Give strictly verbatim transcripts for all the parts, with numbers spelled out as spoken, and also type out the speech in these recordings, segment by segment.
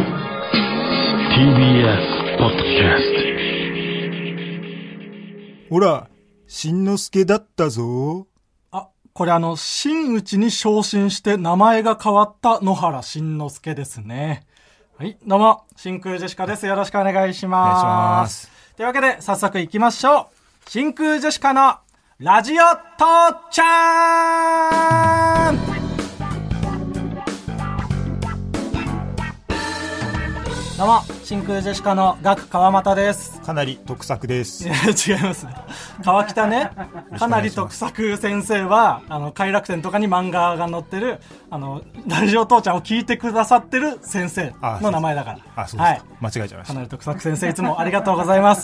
ティービーエス ポッドキャスト。ほら、しんのすけだったぞ。 あ、これあの、真打ちに昇進して名前が変わった野原しんのすけですね。はい、どうも、真空ジェシカです。よろしくお願いします。 お願いします。 というわけで、早速行きましょう。真空ジェシカのラジオ父ちゃん。どうも、真空ジェシカのガク川又です。 かなり得策です。 いや、違います。川北ね、かなり得策先生は、あの、快楽天とかに漫画が載ってる、あの、ラジオ父ちゃんを聞いてくださってる先生の名前だから。 あ、そうですか。はい、間違えちゃいました。 かなり得策先生、いつもありがとうございます。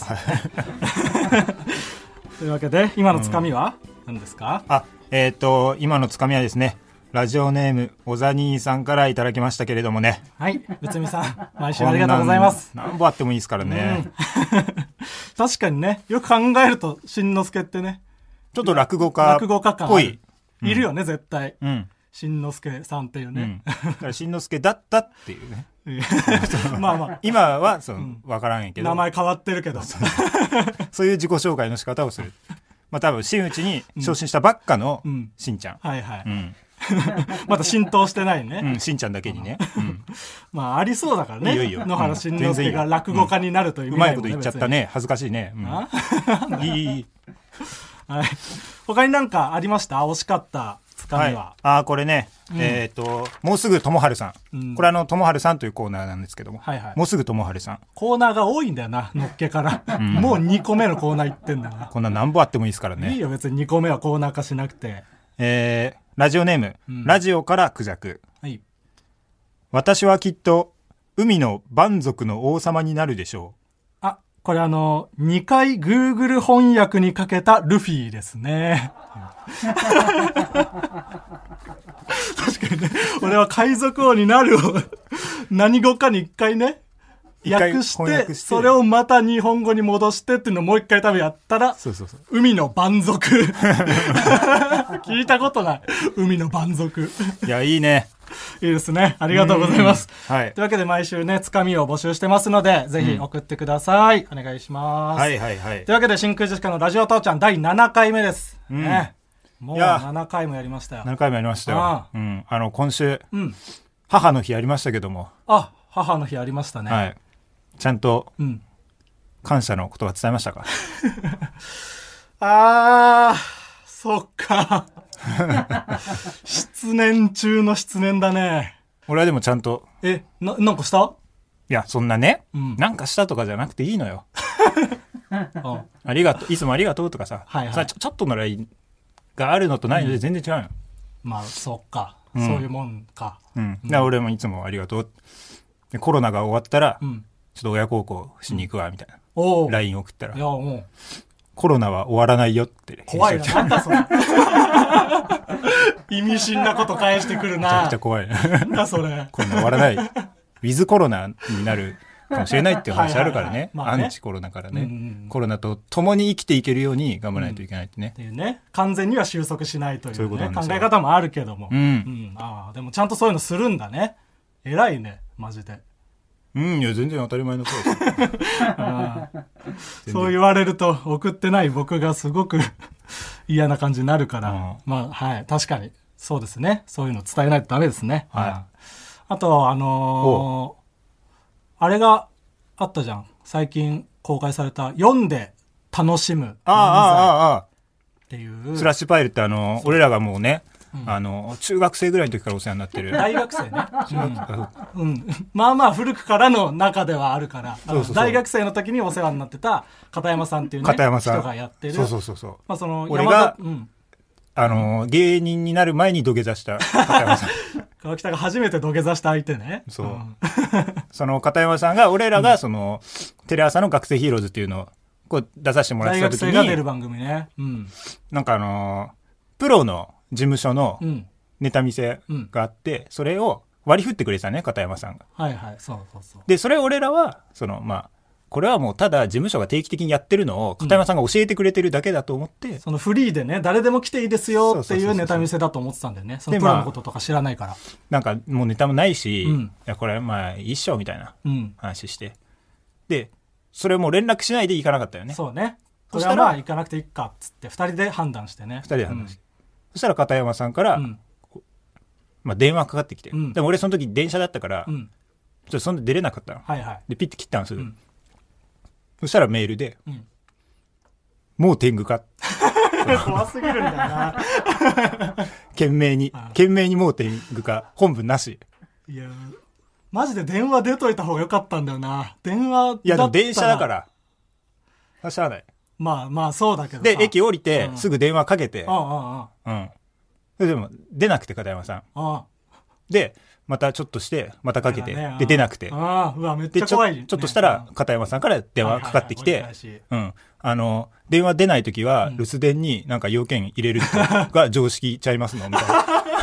というわけで、今のつかみは、うん、何ですか？ あ、えっと、今のつかみはですね、ラジオネームおざ兄さんからいただきましたけれどもね。 はい、内海さん、毎週ありがとうございます。 何本あってもいいですからね、うん、 確かにね、よく考えるとしんのすけってね、 ちょっと落語家っぽい、 うん、いるよね、絶対、 うん、 しんのすけさんっていうね、 うん、だからしんのすけだったっていうねまあまあ今はそう、うん、分からんやけど名前変わってるけどそういう自己紹介の仕方をする。まあ多分真打ちに昇進したばっかのしんちゃん、 うん、はいはい、 うんまだ浸透してないね、 うん、しんちゃんだけにね、うん、 まあありそうだからね。 いいよいいよ、 野原しんのすけが落語家になるという、 ね、うん、うまいこと言っちゃったね、恥ずかしいね、うん、いいいい、 はい、他に何かありました？惜しかったつかみは、 はい、あこれね、うん、えっ、ー、ともうすぐともはるさん、うん、これあのともはるさんというコーナーなんですけども、はいはい、もうすぐともはるさん、 コーナーが多いんだよな、のっけから、うん、もうにこめのコーナー行ってんだな。 こんな何本あってもいいですからね。 いいよ別ににこめはコーナー化しなくて。 えーラジオネーム、うん、ラジオからクジャク、 はい、 私はきっと海の蛮族の王様になるでしょう。 あ、これあのにかい Google 翻訳にかけたルフィですね、うん、確かにね、俺は海賊王になるを何語かにいっかいね訳して、してそれをまた日本語に戻してっていうのをもう一回多分やったら、 そうそうそう、 海の蛮族聞いたことない、海の蛮族いやいいね、 いいですね、ありがとうございます、 はい、 というわけで毎週ねつかみを募集してますのでぜひ送ってください、うん、お願いします、 はいはいはい、 というわけで真空ジェシカのラジオ父ちゃんだいななかいめです、うんね、もうななかいもやりましたよ。 ななかいもやりましたよ。あ、うん、あの今週、うん、母の日やりましたけども、 あ、母の日ありましたね、 はい、ちゃんと感謝の言葉伝えましたか？ あー、そっか失念中の失念だね。 俺はでもちゃんと、 え、な、なんかした？ いやそんなね、うん、なんかしたとかじゃなくていいのよありがとう、いつもありがとうとかさ、はいはい、さちょ、ちょっとの ライン があるのとないので全然違うよ、 うん、まあそっか、うん、そういうもんか、 うん、だから俺もいつもありがとう、でコロナが終わったら、うん、ちょっと親孝行しに行くわみたいな、うん、ライン 送ったら、いやもうコロナは終わらないよって、 怖いな、なんだそれ意味深なこと返してくるな、 めちゃくちゃ怖いなんだそれ、 コロナ終わらないウィズコロナになるかもしれないっていう話あるからね、アンチコロナからね、うんうん、コロナと共に生きていけるように頑張らないといけないってね、 うん、っていうね、完全には収束しないという、ね、 そういうことなんですよ、 考え方もあるけども、 うんうん、 あでもちゃんとそういうのするんだね、偉いねマジで。 うん、いや全然当たり前のそうですあそう言われると送ってない僕がすごく嫌な感じになるから、まあはい、確かにそうですね、そういうの伝えないとダメですね、はい、あとあのー、あれがあったじゃん、最近公開された読んで楽しむああああっていうスラッシュパイルって、あの俺らがもうね、うん、あの中学生ぐらいの時からお世話になってる大学生ね、うんうん、まあまあ古くからの中ではあるから、そうそうそう、大学生の時にお世話になってた片山さんっていう、ね、 片山さん人がやってる、 そうそうそうそう、 まあ、その俺が、うん、あの芸人になる前に土下座した片山さん川北が初めて土下座した相手ね、 そう、うん、その片山さんが俺らがその、うん、テレ朝の学生ヒーローズっていうのをこう出させてもらってた時に、 大学生が出る番組ね、うん、 なんかあのプロの事務所のネタ見せがあって、うん、それを割り振ってくれてたね、片山さんが。 はいはい、そうそうそう。 でそれを俺らはそのまあこれはもうただ事務所が定期的にやってるのを片山さんが教えてくれてるだけだと思って、うん、 そのフリーでね誰でも来ていいですよっていうネタ見せだと思ってたんだよね。そのプロのこととか知らないから、まあ、 なんかもうネタもないし、うん、いやこれまあいいっしょみたいな話して、うん、でそれをもう連絡しないで行かなかったよね。 そうね。そしたらまあ行かなくていいかっつってふたりで判断してね。 ふたりで判断して、うん、そしたら片山さんから、うんまあ、電話かかってきて、うん、でも俺その時電車だったから、うん、ちょっとそんな出れなかったの、はいはい、でピッて切ったんですよ、うん、そしたらメールで、うん、もう天狗か怖すぎるんだよな懸命に懸命にもう天狗か本文なし。 いやマジで電話出といた方がよかったんだよな。電話だったら。 いやでも電車だからしゃあない。 まあまあそうだけどで駅降りて、うん、すぐ電話かけて、ああああうんでも出なくて片山さん。ああでまたちょっとしてまたかけて、ね、で出なくて、 あうわめっちゃ怖い、ね、 ちょ、ちょっとしたら片山さんから電話かかってきて、うんあの電話出ないときは留守電になんか要件入れるとが常識ちゃいますのみたいな。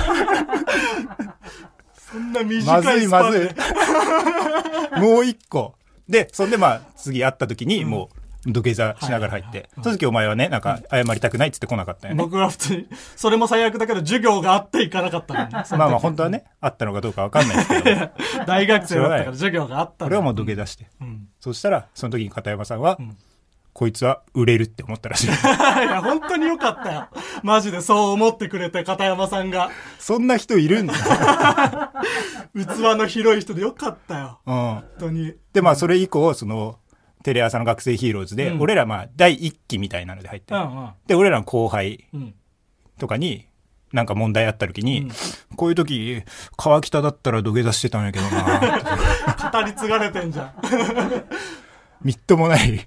そんな短いスパンでまずいまずい。もう一個でそんでまあ次会ったときにもう、うん土下座しながら入って、はいはいはい、その時お前はねなんか謝りたくないっつって来なかったよね。 僕は普通にそれも最悪だけど授業があって行かなかったのね。まあまあ本当はねあったのかどうか分かんないですけど大学生だったから授業があったの。 俺はもう土下座して、うん、そしたらその時に片山さんは、うん、こいつは売れるって思ったらしい。いや本当によかったよマジでそう思ってくれて片山さんが。 そんな人いるんだ器の広い人でよかったよ、うん、本当に。 でまあそれ以降そのテレ朝の学生ヒーローズで、うん、俺らまあ第一期みたいなので入って、うんうん、で俺らの後輩とかになんか問題あった時に、うん、こういう時川北だったら土下座してたんやけどな語り継がれてんじゃんみっともない、うん、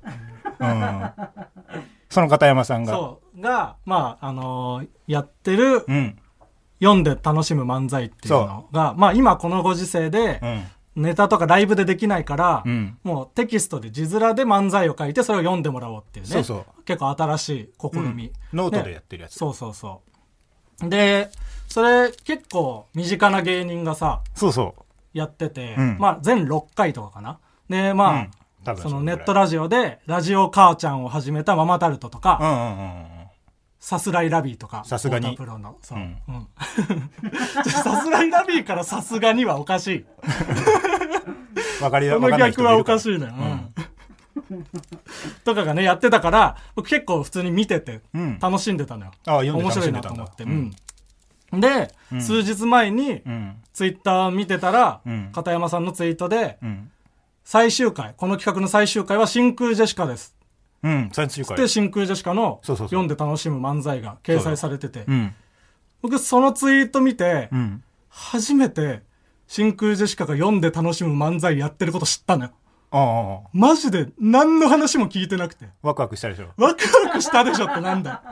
その片山さんがそうがまああのー、やってる、うん、読んで楽しむ漫才っていうのがまあ今このご時世で、うんネタとかライブでできないから、うん、もうテキストで字面で漫才を書いてそれを読んでもらおうっていうね。そうそう結構新しい試み、 うん、ノートでやってるやつ。 そうそうそうでそれ結構身近な芸人がさそうそうやってて、うん、まあ全ろっかいとかかなでまあ、うん、そのネットラジオでラジオ母ちゃんを始めたママタルトとか、うんうんうんさすらいラビーとかさすがにプロのそう、うんうん、さすらいラビーからさすがにはおかしいわかりその逆はおかしいね、うん、とかがねやってたから僕結構普通に見てて楽しんでたのよ、うん、あ面白いなと思って、うんうん、で、うん、数日前に、うん、ツイッター見てたら、うん、片山さんのツイートで、うん、最終回この企画の最終回は真空ジェシカですうん、最終回で真空ジェシカの読んで楽しむ漫才が掲載されてて、うん、僕そのツイート見て、うん、初めて真空ジェシカが読んで楽しむ漫才やってること知ったのよ。ああマジで何の話も聞いてなくてワクワクしたでしょ。 ワクワクしたでしょってなんだ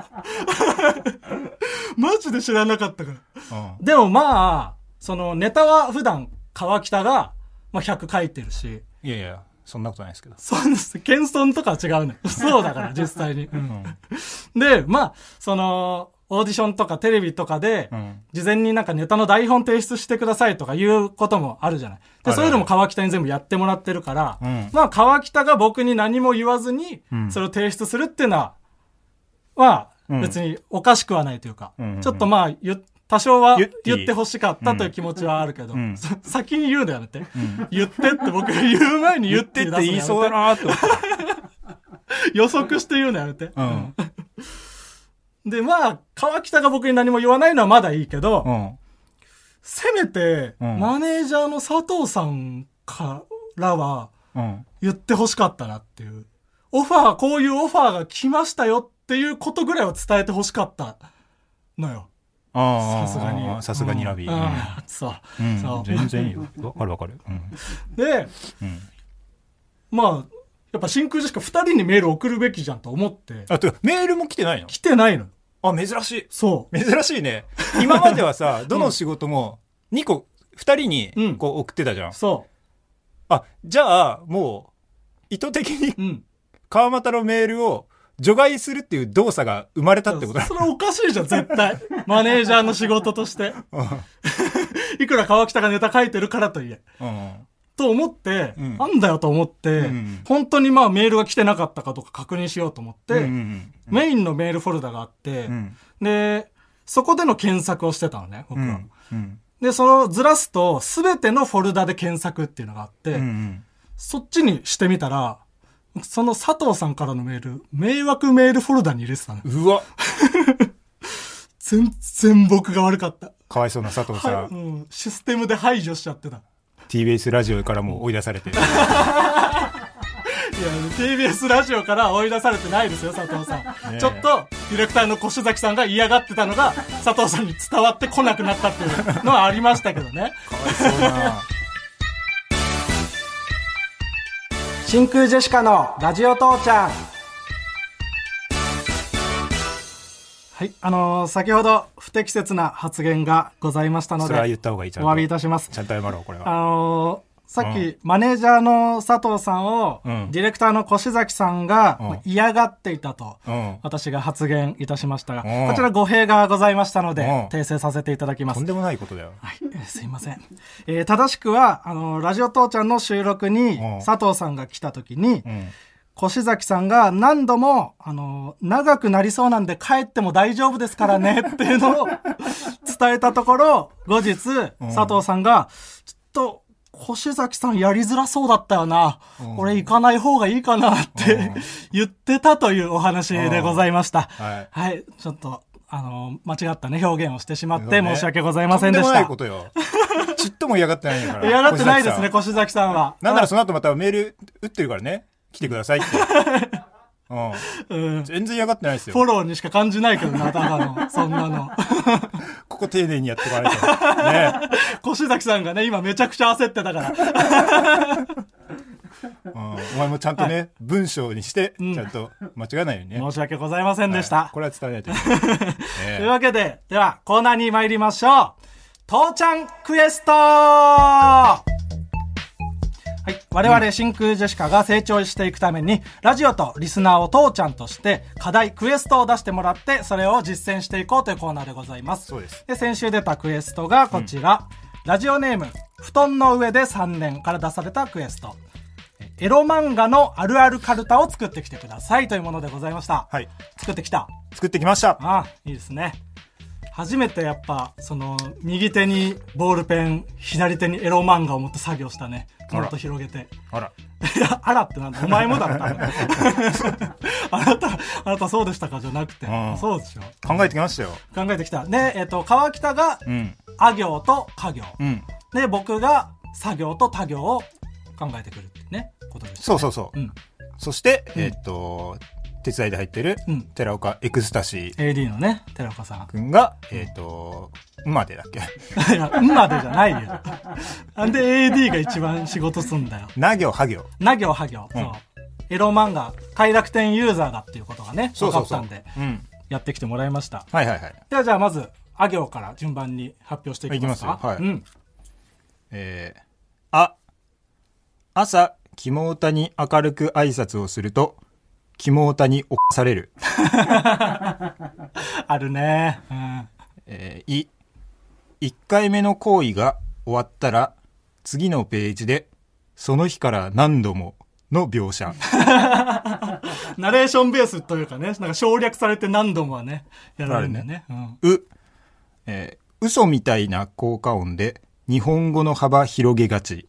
マジで知らなかったから。でもまあそのネタは普段川北が、まあ、ひゃく書いてるしいやいやそんなことないですけど。 そうです。謙遜とかは違うね。そうだから、実際に。うん、で、まあ、その、オーディションとかテレビとかで、うん、事前になんかネタの台本提出してくださいとかいうこともあるじゃない。で、そういうのも川北に全部やってもらってるから、うん、まあ、川北が僕に何も言わずに、それを提出するっていうのは、まあ、別におかしくはないというか、うん、ちょっとまあ、言って、多少は言ってほしかったという気持ちはあるけど、うん、先に言うのやめて、うん、言ってって僕が言う前に言ってって言いそうだなと予測して言うのやめて、うん、でまあ川北が僕に何も言わないのはまだいいけど、うん、せめて、うん、マネージャーの佐藤さんからは言ってほしかったなっていうオファーこういうオファーが来ましたよっていうことぐらいは伝えてほしかったのよ。さすがにさすがにラビー、 うんうん、そう、うん、そう全然いいよわかるわかる、うん、 で、うん、まあやっぱ真空ジェシカふたりにメール送るべきじゃんと思ってあとメールも来てないの来てないのあ珍しいそう珍しいね今まではさどの仕事もにこふたりにこう送ってたじゃん、うん、 そうあじゃあもう意図的に川又のメールを除外するっていう動作が生まれたってことだ。 それおかしいじゃん絶対マネージャーの仕事としていくら川北がネタ書いてるからといえ、うん、 と思って、 うん、 なんだよと思って、うん、本当にまあメールが来てなかったかとか確認しようと思って、うんうんうん、メインのメールフォルダがあって、うん、で、そこでの検索をしてたのね、僕は。うんうん、で、そのずらすと、すべてのフォルダで検索っていうのがあって、うんうん、そっちにしてみたら、その佐藤さんからのメール、迷惑メールフォルダに入れてたの。 うわ全然僕が悪かった。 かわいそうな佐藤さん。はい、 うん、システムで排除しちゃってた。 ティービーエス ラジオからも追い出されてる。いや、 ティービーエス ラジオから追い出されてないですよ、佐藤さん。ね、ちょっと、ディレクターの越崎さんが嫌がってたのが、佐藤さんに伝わってこなくなったっていうのはありましたけどね。 かわいそうな。 真空ジェシカのラジオ父ちゃん。はい、あのー、先ほど不適切な発言がございましたので、 それは言った方がいい。ちゃんとお詫びいたします。 ちゃんと謝ろう、これは。 あのー、さっき、うん、マネージャーの佐藤さんを、うん、ディレクターの越崎さんが、うん、嫌がっていたと、うん、私が発言いたしましたが、うん、こちら語弊がございましたので、うん、訂正させていただきます。 とんでもないことだよ。 はい、えー、すいません。えー、正しくは、あのー、ラジオ父ちゃんの収録に、佐藤さんが来た時に、うん、越崎さんが何度も、あの、長くなりそうなんで帰っても大丈夫ですからねっていうのを伝えたところ、後日、佐藤さんが、ちょっと、越崎さんやりづらそうだったよな。俺行かない方がいいかなって言ってたというお話でございました。はい、はい。ちょっと、あの、間違ったね、表現をしてしまって申し訳ございませんでした。とんでもないことよ。ちっとも嫌がってないんだから。 嫌がってないですね、越崎さんは。 なんならその後またメール打ってるからね。来てくださいって。うん、全然嫌がってないですよ。 フォローにしか感じないけどな、ただの、そんなの。 ここ丁寧にやってもらえたら。ね。 越崎さんがね、今めちゃくちゃ焦ってたから。 うん、お前もちゃんとね、はい、文章にして、ちゃんと間違えないようにね。 申し訳ございませんでした。 はい、これは伝えないといけない。 というわけで、では、コーナーに参りましょう。父ちゃんクエストはい。我々真空ジェシカが成長していくために、ラジオとリスナーを父ちゃんとして、課題、クエストを出してもらって、それを実践していこうというコーナーでございます。 そうです。 で、先週出たクエストがこちら。うん、ラジオネーム、布団の上でさんねんから出されたクエスト。エロ漫画のあるあるカルタを作ってきてくださいというものでございました。 はい。 作ってきた。 作ってきました。ああ、いいですね。初めてやっぱ、その、右手にボールペン、左手にエロ漫画を持って作業したね。もっと広げて。 あら。 いや、あらってなんだ。お前もだった。あなた、あなたそうでしたかじゃなくて。うん、そうでしょ。 考えてきましたよ。 考えてきた。で、えっと、川北が、あ行と家行。うん、で、僕が作業と他行を考えてくるってね、ことです、ね。 そうそうそう。うん、そして、えっと、手伝いで入ってる、寺岡エクスタシー。 エーディー のね、寺岡さん。 くんが、えっと、んまでだっけいや、んまでじゃないよ。なんで エーディー が一番仕事すんだよ。 な行、は行。 な行、は行。そう。エロ漫画、快楽天ユーザーだっていうことがね、分かったんで、やってきてもらいました。 はいはいはい。 ではじゃあまず、あ行から順番に発表していきますか。 いきますよ。はい。 うん。 えー、あ、朝、肝オタに明るく挨拶をすると、肝オタに侵される。 あるね。うん。 えー、い、一回目の行為が終わったら、次のページで、その日から何度もの描写。 ナレーションベースというかね、なんか省略されて何度もはね、やられるんだよね。 ねうん、う、えー、嘘みたいな効果音で、日本語の幅広げがち。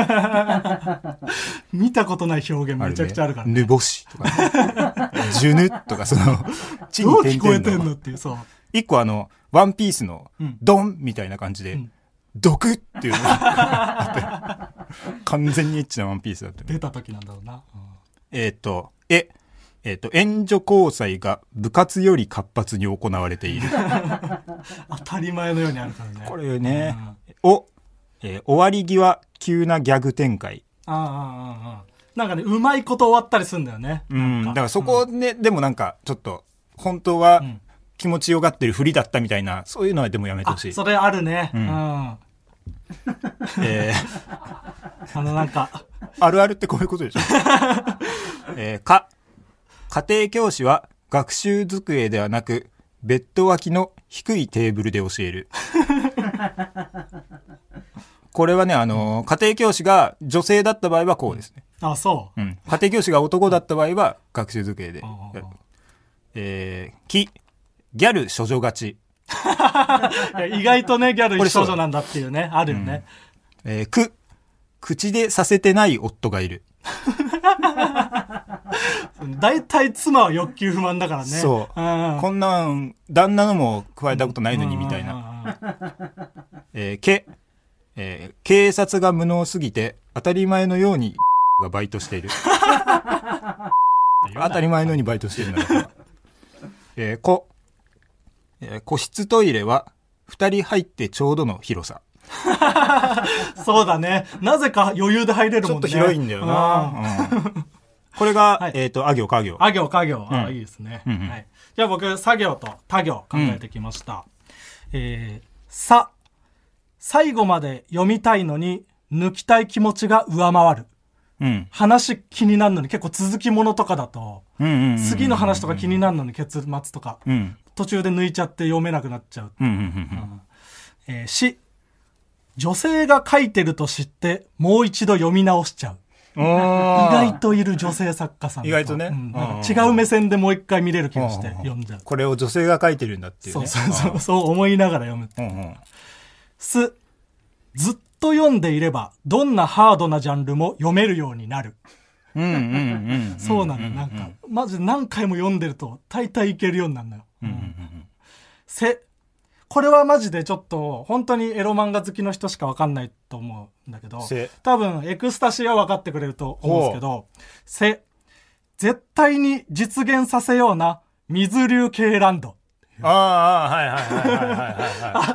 見たことない表現めちゃくちゃあるからね。 ぬぼしとか、ね、ジュヌとかその、 地に点々の。どう聞こえてんのっていう、そう。 一個あの、ワンピースのドンみたいな感じで、うん、毒っていうのがあって、完全にエッチなワンピースだって。 出た時なんだろうな。うん、 えっ、ー、と、え、えっ、ー、と、援助交際が部活より活発に行われている。 当たり前のようにあるからね。 これね、うん、お、えー、終わり際、急なギャグ展開。 ああ、ああ、ああ。なんかね、うまいこと終わったりするんだよね。 うん。だからそこね、うん、でもなんか、ちょっと、本当は気持ちよがってるふりだったみたいな、そういうのはでもやめてほしい。 それあるね。うん。うん、 えー、あのなんか。 あるあるってこういうことでしょ。えー、か、家庭教師は学習机ではなく、ベッド脇の低いテーブルで教える。 これはね、あの、家庭教師が女性だった場合はこうですね。 あ、そう。 うん。家庭教師が男だった場合は学習机で。えー、き、ギャル処女勝ち。 意外とね、ギャル処女なんだっていうね、あるよね。 うん、えー、く、口でさせてない夫がいる。 大体妻は欲求不満だからね。 そう。うん、こんなん旦那のも加えたことないのにみたいな。えー、け、えー、警察が無能すぎて当たり前のようにがバイトしている。当たり前のようにバイトしてるんだから。えー、こ、えー、個室トイレは二人入ってちょうどの広さ。 そうだね。なぜか余裕で入れるもんね。 ちょっと広いんだよな。うん、これが、はい、えっ、ー、と、あ行、か行。 あ行、か行。あ、うん、いいですね。うんうん、はい。じゃあ僕、作業と他行考えてきました。うん、えー、さ、最後まで読みたいのに抜きたい気持ちが上回る。うん、話気になるのに結構続きものとかだと、次の話とか気になるのに結末とか、うん、途中で抜いちゃって読めなくなっちゃう。えー、し、女性が書いてると知ってもう一度読み直しちゃう。意外といる女性作家さんと意外とね、うん、 なんか違う目線でもう一回見れる気がして読んじゃう。 これを女性が書いてるんだっていうね。 そうそうそうそう思いながら読むって、うんうん、す、ずっと読んでいればどんなハードなジャンルも読めるようになる。そうなの。なんかマジ何回も読んでると大体いけるようになるのよ。うんうんうん、せ、これはマジでちょっと本当にエロ漫画好きの人しか分かんないと思うんだけど、多分エクスタシーは分かってくれると思うんですけど、せ、絶対に実現させような水流系ランド。 ああ、はいはいはいはいはいはい。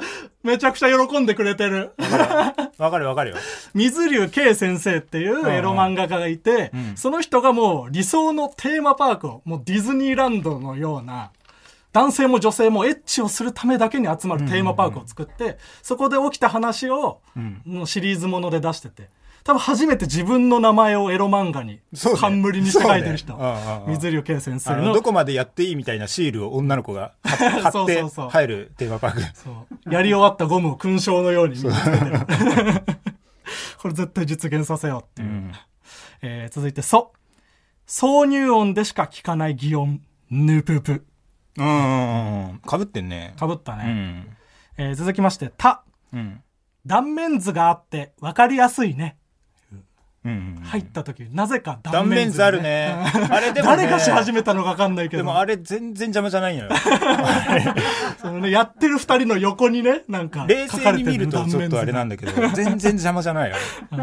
めちゃくちゃ喜んでくれてる。 わかるわかるよ。 水流圭先生っていうエロ漫画家がいて、うんうん、その人がもう理想のテーマパークを、もうディズニーランドのような、男性も女性もエッチをするためだけに集まるテーマパークを作って、うんうんうん、そこで起きた話を、うん、のシリーズもので出してて、多分初めて自分の名前をエロ漫画に冠にして書いてる人、ねね、水流圭先生 の, のどこまでやっていいみたいなシールを女の子が貼って入るテーマパーク。 そうやり終わったゴムを勲章のように見つけてる。これ絶対実現させようっていう、うんえー、続いてソ、挿入音でしか聞かない擬音ヌププ。 うんうんうん、かぶってんね。 かぶったね、うんえー、続きましてタ、うん、断面図があって分かりやすいね。うんうんうん、入った時なぜか断面図、ね、断面図あるね。あれでも、ね、 誰がし始めたのか分かんないけど、 でもあれ全然邪魔じゃないのよ。 その、ね、やってる二人の横にねなんか冷静に見るとちょっとあれなんだけど全然邪魔じゃないよ。うん、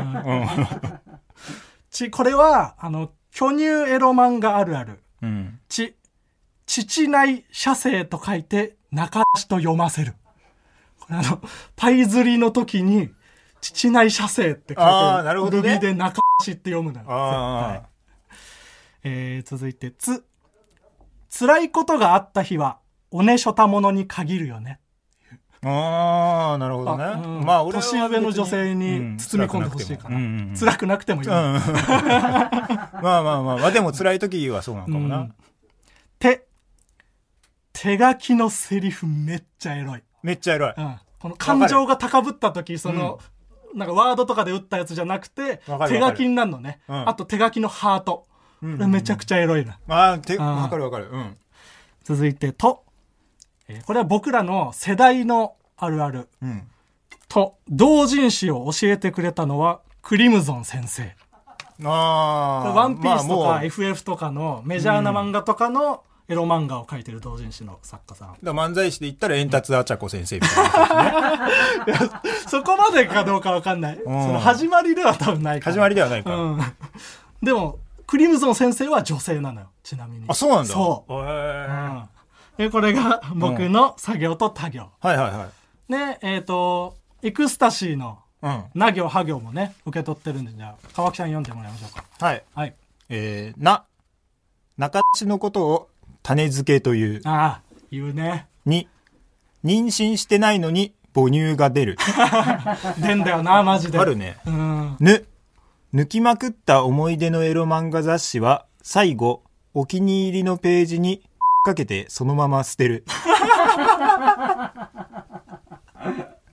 ちこれはあの巨乳エロ漫画あるある、うん、ち父内写生と書いて中足と読ませる。これあのパイ釣りの時に父内写生って書いてあなるほど、ね、 ルビで中足って読むのよ。はいえー、続いてつ、辛いことがあった日はおねしょたものに限るよね。 ああなるほどね。 うん、まあ俺は年上の女性に包み込んでほしいから、うん、辛くなくてもいい、うん、まあまあまあまあでも辛い時はそうなのかもな。うん、 手手書きのセリフめっちゃエロい。 めっちゃエロい。うん、 この感情が高ぶった時その、うん、なんかワードとかで打ったやつじゃなくて手書きになるのね、うん、あと手書きのハート、うん、これめちゃくちゃエロいな。 ああわかるわかる、うん、 続いてと、えー、これは僕らの世代のあるある、うん、と同人誌を教えてくれたのはクリムゾン先生。あワンピースとか エフエフ とかのメジャーな漫画とかのエロ漫画を描いてる同人誌の作家さん。 だ漫才師で言ったら円達あちゃこ先生みたいな、 ね、そこまでかどうかわかんない、うん、その始まりでは多分ないから。 始まりではないか、 うん、でもクリムゾン先生は女性なのよちなみに。 あそうなんだ。 そうへー、うん、でこれが僕の作業と他行、 うん、はいはいはい。 でえっ、ー、とエクスタシーのな行は行もね受け取ってるんで、じゃあ川木さん読んでもらいましょうか。 はい、はいえー、な中地のことを種付けという。 ああ言うね。 に妊娠してないのに母乳が出る。 出んだよなマジで。 あるね。 うん、 ぬ抜きまくった思い出のエロ漫画雑誌は最後お気に入りのページにかけてそのまま捨てる。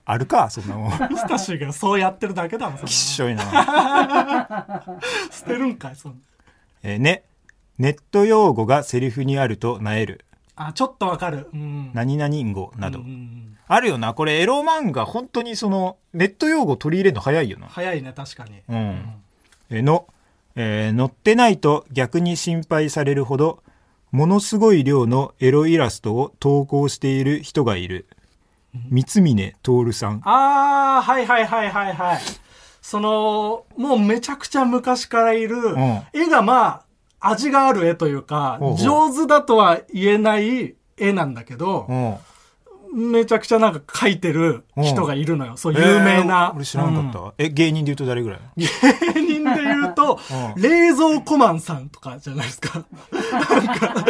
あるかそんなもん。 ピスタシーがそうやってるだけだもん。 きっしょいな。 捨てるんかいそんな。 えー、ねネット用語がセリフにあるとなえる。 あ、ちょっとわかる。うん、 何々語など、 うんうん、 あるよな。これエロ漫画本当にそのネット用語取り入れるの早いよな。 早いね確かに。 うん。うん、えの、えー、載ってないと逆に心配されるほどものすごい量のエロイラストを投稿している人がいる。三峰徹さん。 ああ、はいはいはいはいはい。そのもうめちゃくちゃ昔からいる、うん、絵がまあ味がある絵というか、ほうほう上手だとは言えない絵なんだけど、うん、めちゃくちゃなんか描いてる人がいるのよ。うん、そう有名な。 えー、俺知らなかった。うん、え芸人で言うと誰ぐらい？ 芸人で言うと、うん、冷蔵庫マンさんとかじゃないですか。なんか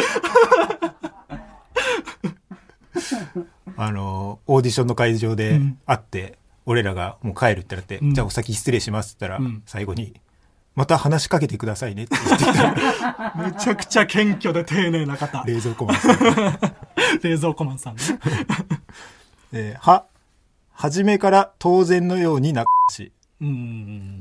あのオーディションの会場で会って、うん、俺らがもう帰るってなって、うん、じゃあお先失礼しますって言ったら、うん、最後にまた話しかけてくださいねって言ってきた。 めちゃくちゃ謙虚で丁寧な方。 冷蔵庫マンさん。 冷蔵庫マンさんね。 えー、は初めから当然のようになっし。うん。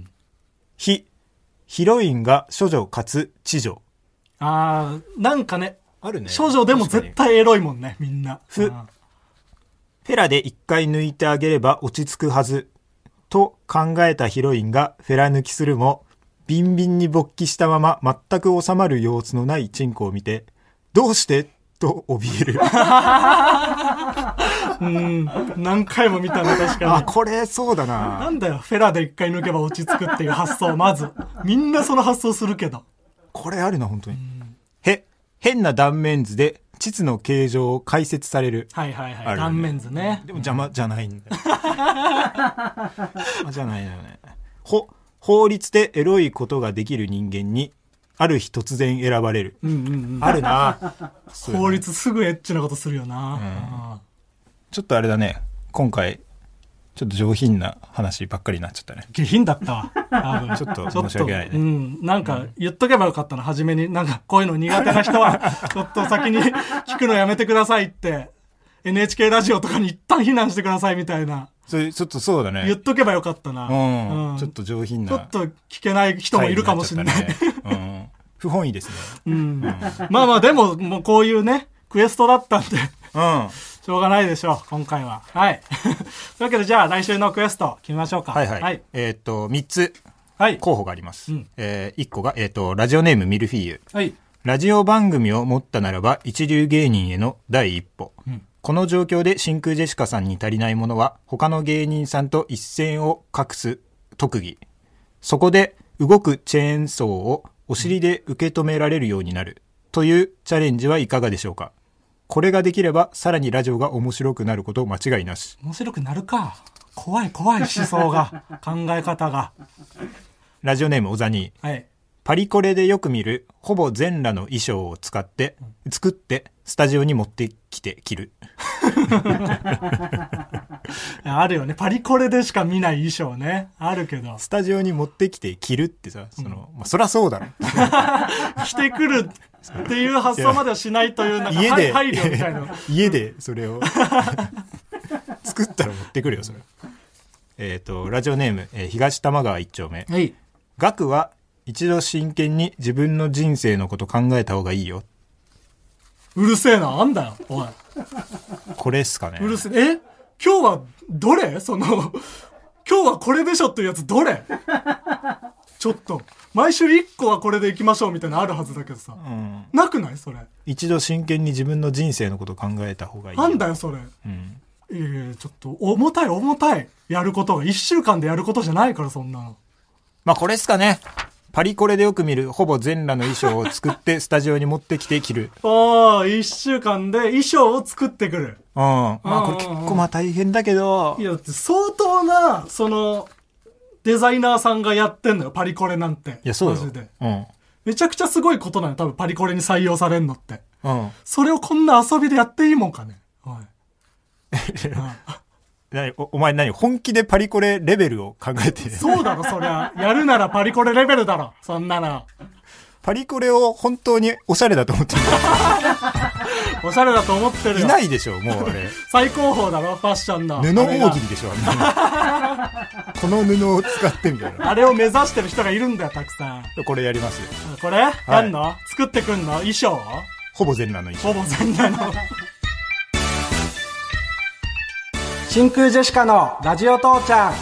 ひヒロインが処女かつ知女。 あーなんかね。 あるね。 処女でも絶対エロいもんねみんな。 ふフェラで一回抜いてあげれば落ち着くはずと考えたヒロインがフェラ抜きするもビンビンに勃起したまま全く収まる様子のないチンコを見てどうしてと怯える。 うん何回も見たね確かに。 あこれそうだな。 なんだよフェラで一回抜けば落ち着くっていう発想。まずみんなその発想するけどこれあるな本当に。へ変な断面図で膣の形状を解説される。 はいはいはい、ね、断面図ね。 でも邪魔じゃないんだよ。じゃないのよね。ほ法律でエロいことができる人間にある日突然選ばれる。うんうんうん、あるな。 法律すぐエッチなことするよな。うん、 ちょっとあれだね。今回ちょっと上品な話ばっかりになっちゃったね。 下品だったわ。 ちょっと申し訳ないね。 うん、なんか言っとけばよかったな初めに。なんかこういうの苦手な人はちょっと先に聞くのやめてくださいって エヌエイチケー ラジオとかに一旦避難してくださいみたいな。 それちょっとそうだね。 言っとけばよかったな。 うんうん、ちょっと上品な。 ちょっと聞けない人もいるかもしれない。ねうん、不本意ですね。 うんうん、まあまあでももうこういうねクエストだったんで。うんしょうがないでしょう今回は。はい。というわけでじゃあ来週のクエスト決めましょうか。 はいはい。はい、えー、っとみっつ候補があります。はいうんえー、いっこが、えー、っとラジオネームミルフィーユ。はい。ラジオ番組を持ったならば一流芸人への第一歩。うん、この状況で真空ジェシカさんに足りないものは他の芸人さんと一線を画す特技。そこで動くチェーンソーをお尻で受け止められるようになるというチャレンジはいかがでしょうか。これができればさらにラジオが面白くなること間違いなし。 面白くなるか。怖い怖い思想が考え方が。 ラジオネームおざに、はい、パリコレでよく見るほぼ全裸の衣装を使って作ってスタジオに持ってきて着る。 あるよねパリコレでしか見ない衣装ねあるけどスタジオに持ってきて着るってさその、うんまあ、そりゃそうだろ。 着てくるっていう発想まではしないというなんか家で配慮みたいな家でそれを作ったら持ってくるよそれ。えっ、ー、とラジオネーム、えー、東玉川一丁目、はい、ガクは一度真剣に自分の人生のこと考えた方がいいよ。 うるせえなあんだよおい。 これっすかね。 うるせええ今日はどれその今日はこれでしょっていうやつどれ。ちょっと毎週いっこはこれでいきましょうみたいなのあるはずだけどさ、うん、なくないそれ。 一度真剣に自分の人生のことを考えた方がいいよ。 なんだよそれ、うん、いやいやちょっと重たい重たいやることがいっしゅうかんでやることじゃないからそんなの。 まあこれっすかね。パリコレでよく見るほぼ全裸の衣装を作ってスタジオに持ってきて着る。 ああいっしゅうかんで衣装を作ってくる。 うんまあこれ結構まあ大変だけど、 いやだって相当なそのデザイナーさんがやってんのよパリコレなんて。 いやそうよマジで、うん、めちゃくちゃすごいことなの多分パリコレに採用されんのって、うん、それをこんな遊びでやっていいもんかね。おい何 お, お前何本気でパリコレレベルを考えてる。 そうだろそりゃやるならパリコレレベルだろそんなの。 パリコレを本当におしゃれだと思ってる。 おしゃれだと思ってるよ。 いないでしょもうあれ最高峰だろファッションの布大喜利でしょあんこの布を使ってみたいなあれを目指してる人がいるんだよたくさん。 これやりますよ。 これ、はい、やんの作ってくんの衣装ほぼ全裸の衣装。 ほぼ全裸の真空ジェシカのラジオ父ちゃん。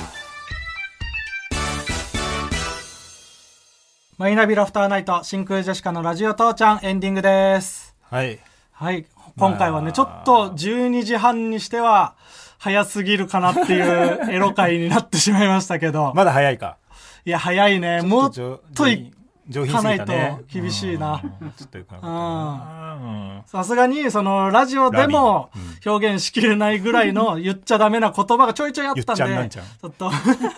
マイナビラフターナイト真空ジェシカのラジオ父ちゃんエンディングです。 はいはい。今回はね、ちょっとじゅうにじはんにしては早すぎるかなっていうエロ回になってしまいましたけど。 まだ早いか。 いや、早いね。もっといかないと厳しいな。さすがに、その、ラジオでも表現しきれないぐらいの言っちゃダメな言葉がちょいちょいあったんで、 んちゃんちょっと、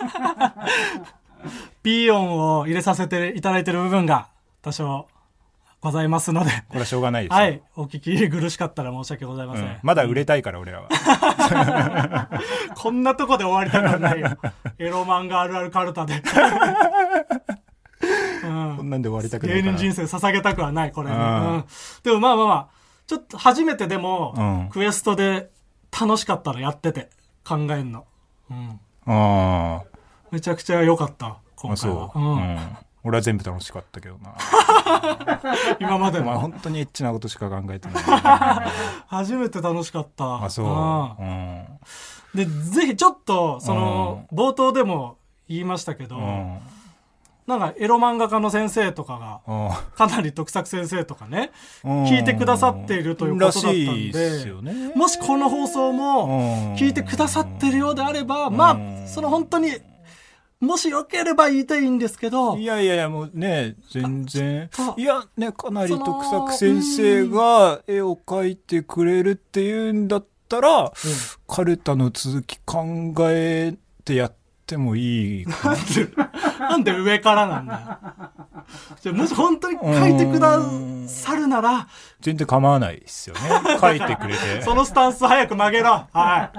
ピー音を入れさせていただいている部分が多少ございますので。 これはしょうがないです。 はい。お聞き苦しかったら申し訳ございません。うん、 まだ売れたいから、俺らは。 こんなとこで終わりたくないよ。エロ漫画あるあるカルタで。 うん、こんなんで終わりたくないから。 芸人人生捧げたくはない、これ、ねうん。でもまあまあまあ、ちょっと初めてでも、うん、クエストで楽しかったのやってて、考えんの。うん、あめちゃくちゃ良かった、今回は。うんうん俺は全部楽しかったけどな今までの、まあ、 本当にエッチなことしか考えてない初めて楽しかった。 あそう、うん、 でぜひちょっとその、うん、冒頭でも言いましたけど、うん、なんかエロ漫画家の先生とかが、うん、かなり徳作先生とかね、うん、聞いてくださっているということだったんで、らしいですよね、もしこの放送も聞いてくださってるようであれば、うん、まあその本当にもしよければ言いたいんですけど。 いやいやいや、もうね、全然。いや、ね、かなり徳作先生が絵を描いてくれるっていうんだったら、うん、カルタの続き考えてやってもいいかな。 なんで上からなんだよ。じゃもし本当に描いてくださるなら。 全然構わないですよね。描いてくれて。 そのスタンス早く曲げろ。はい。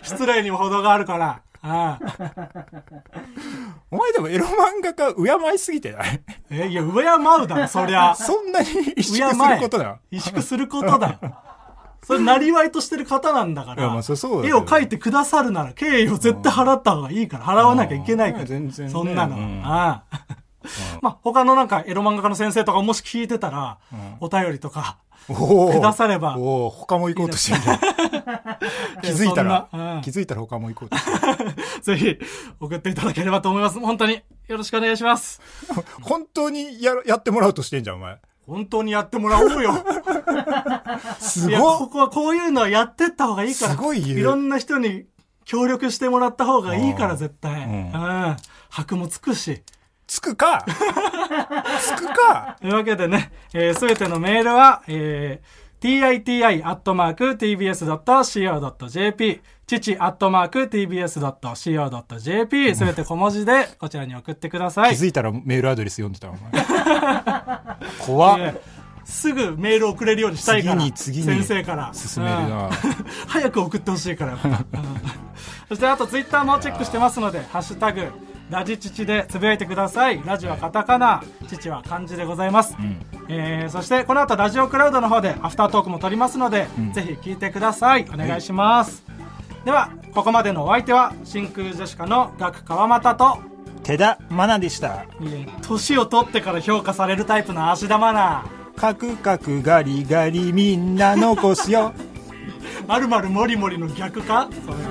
失礼にも程があるから。ああお前でもエロ漫画家敬いすぎてないえいや敬うだろそりゃそんなに萎縮することだよ萎縮することだよそれなりわいとしてる方なんだからまあそうそう絵を描いてくださるなら敬意を絶対払った方がいいから払わなきゃいけないから全然、ね、そんなの、うん、ああまあ他のなんかエロ漫画家の先生とかもし聞いてたら、うん、お便りとかくださればおお他も行こうとしてる気づいたら、うん、気づいたら他も行こうとしてるぜひ送っていただければと思います。本当によろしくお願いします本当に や, やってもらおうとしてんじゃんお前。 本当にやってもらおうよすごいここはこういうのはやってった方がいいからすごいいろんな人に協力してもらった方がいいから絶対、うんうん、箔もつくしつくかつくかというわけでね、す、えー、べ、てのメールは、えー、ティーアイティーアイ アットマーク ティービーエス ドット シーオー ドット ジェーピー 父アットマーク ティービーエス ドット シーオー ドット ジェーピー すべて小文字でこちらに送ってください。 気づいたらメールアドレス読んでたお前怖っ、えーすぐメール送れるようにしたいから次に次に先生から進めるな、うん、 早く送ってほしいからやっぱ、うん、そしてあとツイッターもチェックしてますのでハッシュタグラジチチでつぶやいてください。ラジはカタカナ、チは漢字でございます、うんえー、そしてこの後ラジオクラウドの方でアフタートークも撮りますので、うん、ぜひ聞いてください。お願いします、はい、ではここまでのお相手は真空ジェシカのガク川又と手田愛菜でした。 年を取ってから評価されるタイプの芦田愛菜。 カクカクガリガリみんな残すよまるまるもりもりの逆かそれ